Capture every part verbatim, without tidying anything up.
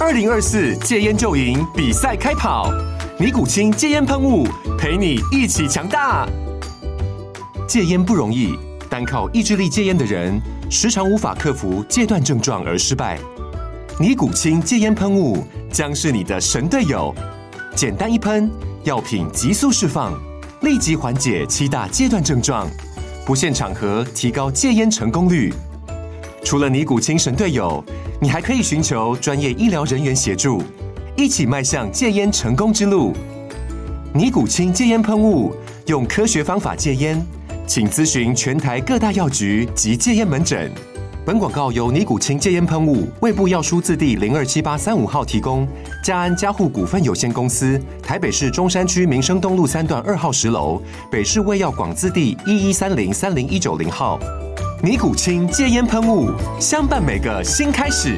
二零二四戒烟就赢比赛开跑，尼古清戒烟喷雾陪你一起强大。戒烟不容易，单靠意志力戒烟的人，时常无法克服戒断症状而失败。尼古清戒烟喷雾将是你的神队友，简单一喷，药品急速释放，立即缓解七大戒断症状，不限场合提高戒烟成功率。除了尼古清神队友，你还可以寻求专业医疗人员协助，一起迈向戒烟成功之路。尼古清戒烟喷雾，用科学方法戒烟，请咨询全台各大药局及戒烟门诊。本广告由尼古清戒烟喷雾、卫部药书字第零二七八三五号提供，嘉安嘉护股份有限公司，台北市中山区民生东路三段二号十楼，北市卫药广字第一一三零三零一九零号。尼古清戒烟喷雾，相伴每个新开始。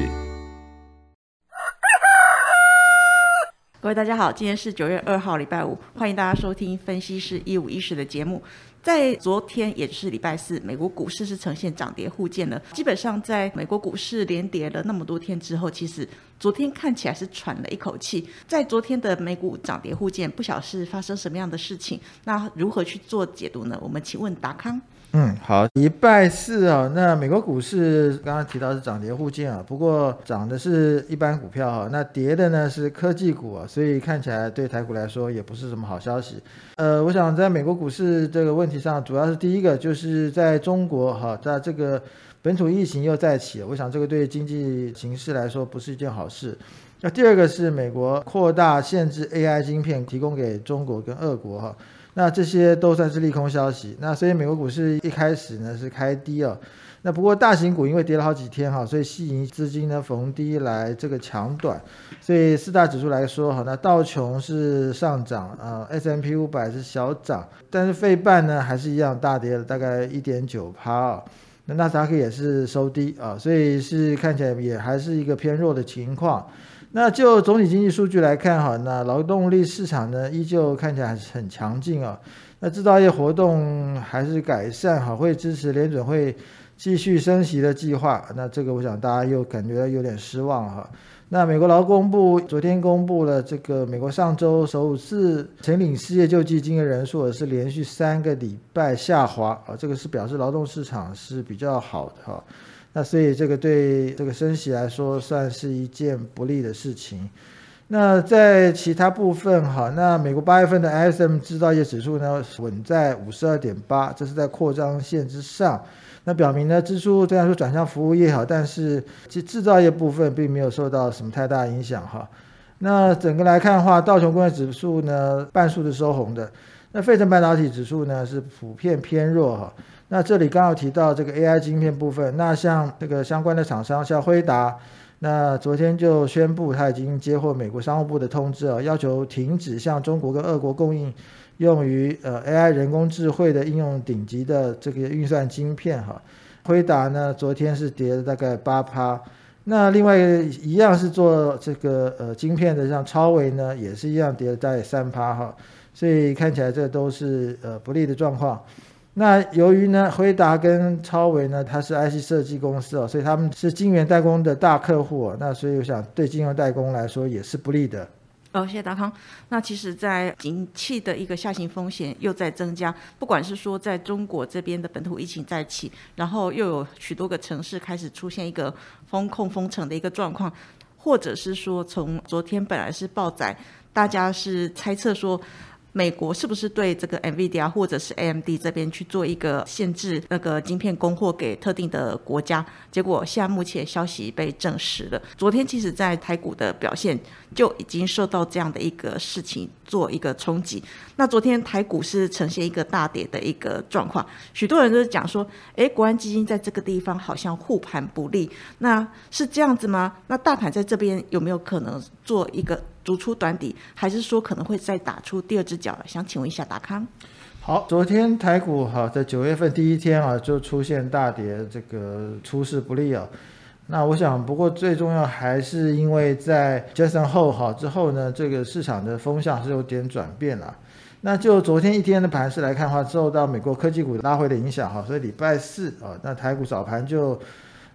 各位大家好，今天是九月二号礼拜五，欢迎大家收听分析师一五一十的节目。在昨天也就是礼拜四，美国股市是呈现涨跌互见的，基本上在美国股市连跌了那么多天之后，其实昨天看起来是喘了一口气。在昨天的美股涨跌互见，不晓得是发生什么样的事情，那如何去做解读呢？我们请问达康。 嗯，好，礼拜四啊，那美国股市刚刚提到是涨跌互见啊，不过涨的是一般股票啊，那跌的呢是科技股啊，所以看起来对台股来说也不是什么好消息。呃，我想在美国股市这个问题上，主要是第一个就是在中国哈，在这个本土疫情又再起，我想这个对经济形势来说不是一件好事。那第二个是美国扩大限制 A I 晶片提供给中国跟俄国哈。那这些都算是利空消息，那所以美国股市一开始呢是开低哦，那不过大型股因为跌了好几天哈，所以吸引资金呢逢低来这个抢短，所以四大指数来说哈，那道琼是上涨啊 ，S and P 五百是小涨，但是费半呢还是一样大跌了大概 一点九趴 啊，那纳斯达克也是收低啊，所以是看起来也还是一个偏弱的情况。那就总体经济数据来看哈，那劳动力市场呢依旧看起来还是很强劲啊。那制造业活动还是改善哈，会支持联准会继续升息的计划。那这个我想大家又感觉有点失望哈。那美国劳工部昨天公布了这个美国上周首次申领失业救济金的人数是连续三个礼拜下滑啊，这个是表示劳动市场是比较好的哈。那所以这个对这个升息来说算是一件不利的事情。那在其他部分哈，那美国八月份的 I S M 制造业指数呢稳在 五十二点八， 这是在扩张线之上，那表明呢支出虽然说转向服务业好，但是其制造业部分并没有受到什么太大影响哈。那整个来看的话，道琼工业指数呢半数是收红的，那费城半导体指数呢是普遍偏弱哈。那这里刚好提到这个 A I 晶片部分，那像这个相关的厂商像辉达，那昨天就宣布他已经接获美国商务部的通知啊，要求停止向中国跟俄国供应用于呃 A I 人工智慧的应用顶级的这个运算晶片哈。辉达呢昨天是跌了大概 百分之八， 那另外一样是做这个呃晶片的，像超微呢也是一样跌了大概 百分之三 哈，所以看起来这都是呃不利的状况。那由于呢，辉达跟超微呢，它是 I C 设计公司哦，所以他们是晶圆代工的大客户哦，那所以我想对晶圆代工来说也是不利的。 哦，谢谢达康。那其实在景气的一个下行风险又在增加，不管是说在中国这边的本土疫情再起，然后又有许多个城市开始出现一个封控封城的一个状况，或者是说从昨天本来是报载，大家是猜测说美国是不是对这个 NVIDIA 或者是 A M D 这边去做一个限制那个晶片供货给特定的国家，结果现在目前消息被证实了。昨天其实在台股的表现就已经受到这样的一个事情做一个冲击，那昨天台股是呈现一个大跌的一个状况，许多人都是讲说诶，国安基金在这个地方好像护盘不利，那是这样子吗？那大盘在这边有没有可能做一个逐出短底，还是说可能会再打出第二只脚？想请问一下达康。 好，昨天台股哈在九月份第一天啊就出现大跌，这个出事不利啊。那我想，不过最重要还是因为在 Jackson Hole 哈之后呢，这个市场的风向是有点转变了。那就昨天一天的盘势来看的话，受到美国科技股拉回的影响哈，所以礼拜四啊，那台股早盘就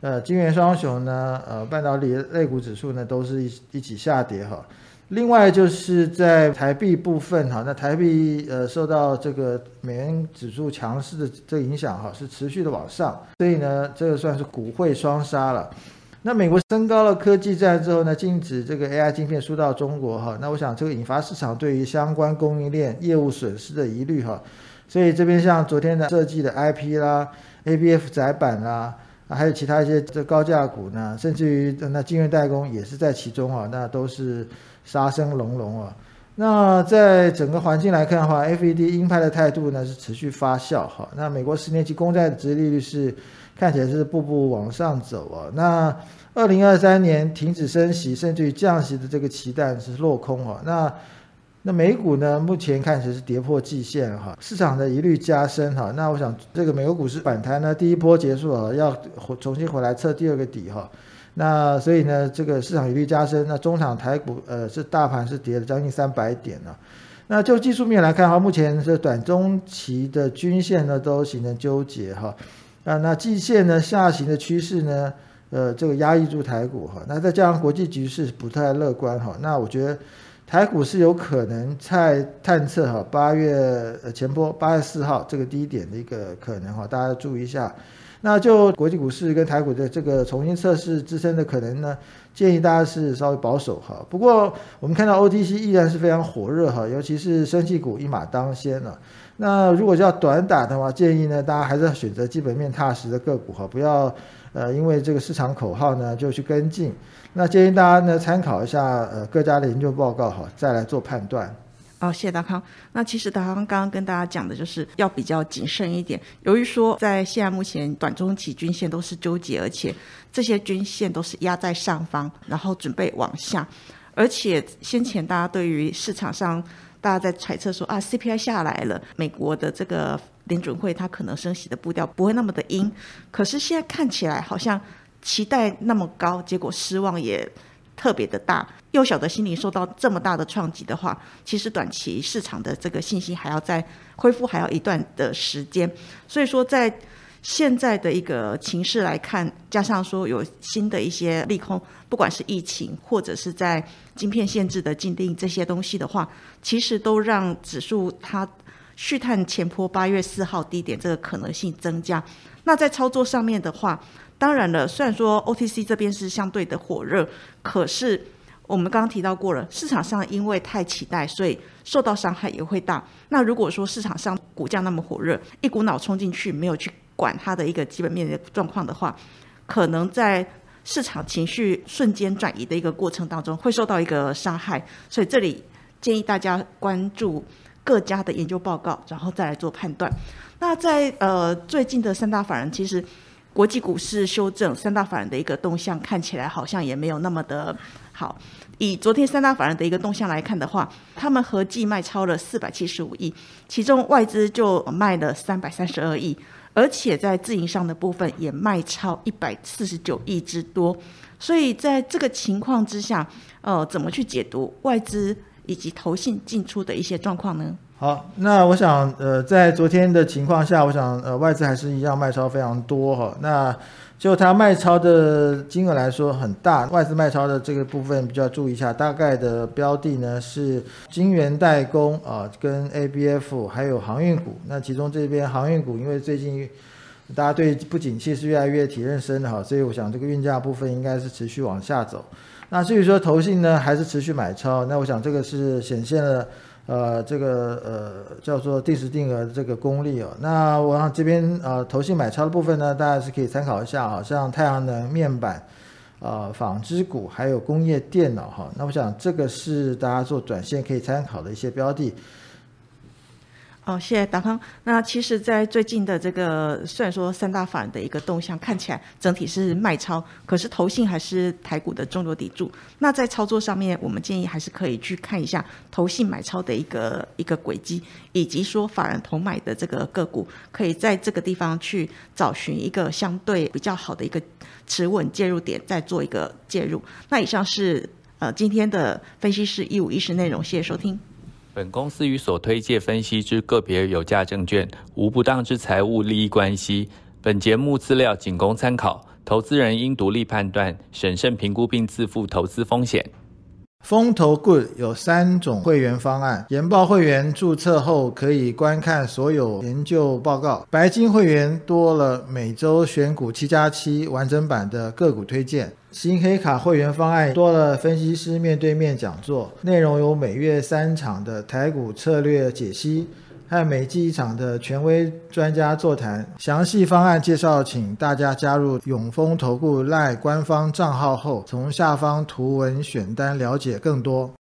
呃，金元双雄呢，呃，半导体类股指数呢都是一一起下跌哈。另外就是在台币部分哈，那台币呃受到这个美元指数强势的这个影响哈，是持续的往上，所以呢，这个算是股汇双杀了。那美国升高了科技战之后呢，禁止这个 A I 晶片输到中国哈，那我想这个引发市场对于相关供应链业务损失的疑虑哈，所以这边像昨天的设计的 I P 啦、A B F 载板啦。还有其他一些这高价股呢，甚至于那晶圆代工也是在其中啊，那都是杀声隆隆啊。那在整个环境来看的话 ，F E D 鹰派的态度呢是持续发酵哈。那美国十年期公债的殖利率是看起来是步步往上走啊。那二零二三年停止升息甚至于降息的这个期待是落空啊。那那美股呢，目前看起来是跌破季线哈，市场的疑虑加深哈。那我想这个美国股市反弹呢，第一波结束了，要重新回来测第二个底哈。那所以呢，这个市场疑虑加深，那中场台股呃是大盘是跌了将近三百点了。那就技术面来看哈，目前这短中期的均线呢都形成纠结哈。啊，那季线呢下行的趋势呢，呃，这个压抑住台股哈。那再加上国际局势不太乐观哈，那我觉得。台股是有可能在探测哈八月前波八月四号这个低点的一个可能哈，大家注意一下。那就国际股市跟台股的这个重新测试支撑的可能呢，建议大家是稍微保守哈。不过我们看到 O T C 依然是非常火热哈，尤其是生技股一马当先了。那如果要短打的话，建议呢大家还是要选择基本面踏实的个股哈，不要呃因为这个市场口号呢就去跟进。那建议大家呢参考一下呃各家的研究报告哈，再来做判断。 哦，谢谢达康。那其实达康刚刚跟大家讲的就是要比较谨慎一点，由于说在现在目前短中期均线都是纠结，而且这些均线都是压在上方，然后准备往下，而且先前大家对于市场上大家在揣测说啊 C P I 下来了，美国的这个联准会它可能升息的步调不会那么的阴，可是现在看起来好像期待那么高，结果失望也特别的大。幼小的心灵受到这么大的创击的话，其实短期市场的这个信心还要再恢复，还要一段的时间。所以说在现在的一个情势来看，加上说有新的一些利空，不管是疫情或者是在晶片限制的禁令这些东西的话，其实都让指数它续探前波八月四号低点这个可能性增加。那在操作上面的话，当然了，虽然说 O T C 这边是相对的火热，可是我们刚刚提到过了，市场上因为太期待，所以受到伤害也会大。那如果说市场上股价那么火热，一股脑冲进去，没有去管它的一个基本面的状况的话，可能在市场情绪瞬间转移的一个过程当中，会受到一个伤害。所以这里建议大家关注各家的研究报告，然后再来做判断。那在呃最近的三大法人，其实国际股市修正，三大法人的一个动向看起来好像也没有那么的好。以昨天三大法人的一个动向来看的话，他们合计卖超了四百七十五亿，其中外资就卖了三百三十二亿，而且在自营商的部分也卖超一百四十九亿之多。所以在这个情况之下，呃，怎么去解读外资以及投信进出的一些状况呢？ 好，那我想，呃，在昨天的情况下，我想，呃，外资还是一样卖超非常多哈。那就它卖超的金额来说很大，外资卖超的这个部分比较注意一下，大概的标的呢是晶圆代工啊，跟 A B F 还有航运股。那其中这边航运股，因为最近大家对不景气是越来越体认深的哈，所以我想这个运价部分应该是持续往下走。那至于说投信呢，还是持续买超，那我想这个是显现了。呃，这个呃叫做定时定额的这个功力哦。那我想这边呃投信买超的部分呢，大家是可以参考一下哈，像太阳能、面板、呃纺织股，还有工业电脑哈。那我想这个是大家做短线可以参考的一些标的。 哦，谢谢达康。那其实在最近的这个虽然说三大法人的一个动向看起来整体是卖超，可是投信还是台股的中流砥柱。那在操作上面，我们建议还是可以去看一下投信买超的一个一个轨迹，以及说法人同买的这个个股，可以在这个地方去找寻一个相对比较好的一个持稳介入点，再做一个介入。那以上是呃今天的分析师一五一十内容，谢谢收听。 本公司与所推介分析之个别有价证券无不当之财务利益关系。本节目资料仅供参考， 投资人应独立判断、审慎评估并自负投资风险。 风投 Good 有三种会员方案，研报会员注册后可以观看所有研究报告，白金会员多了每周选股七加七完整版的个股推荐，新黑卡会员方案多了分析师面对面讲座，内容有每月三场的台股策略解析和每季一场的权威专家座谈。详细方案介绍请大家加入永丰投顾 LINE 官方账号后，从下方图文选单了解更多。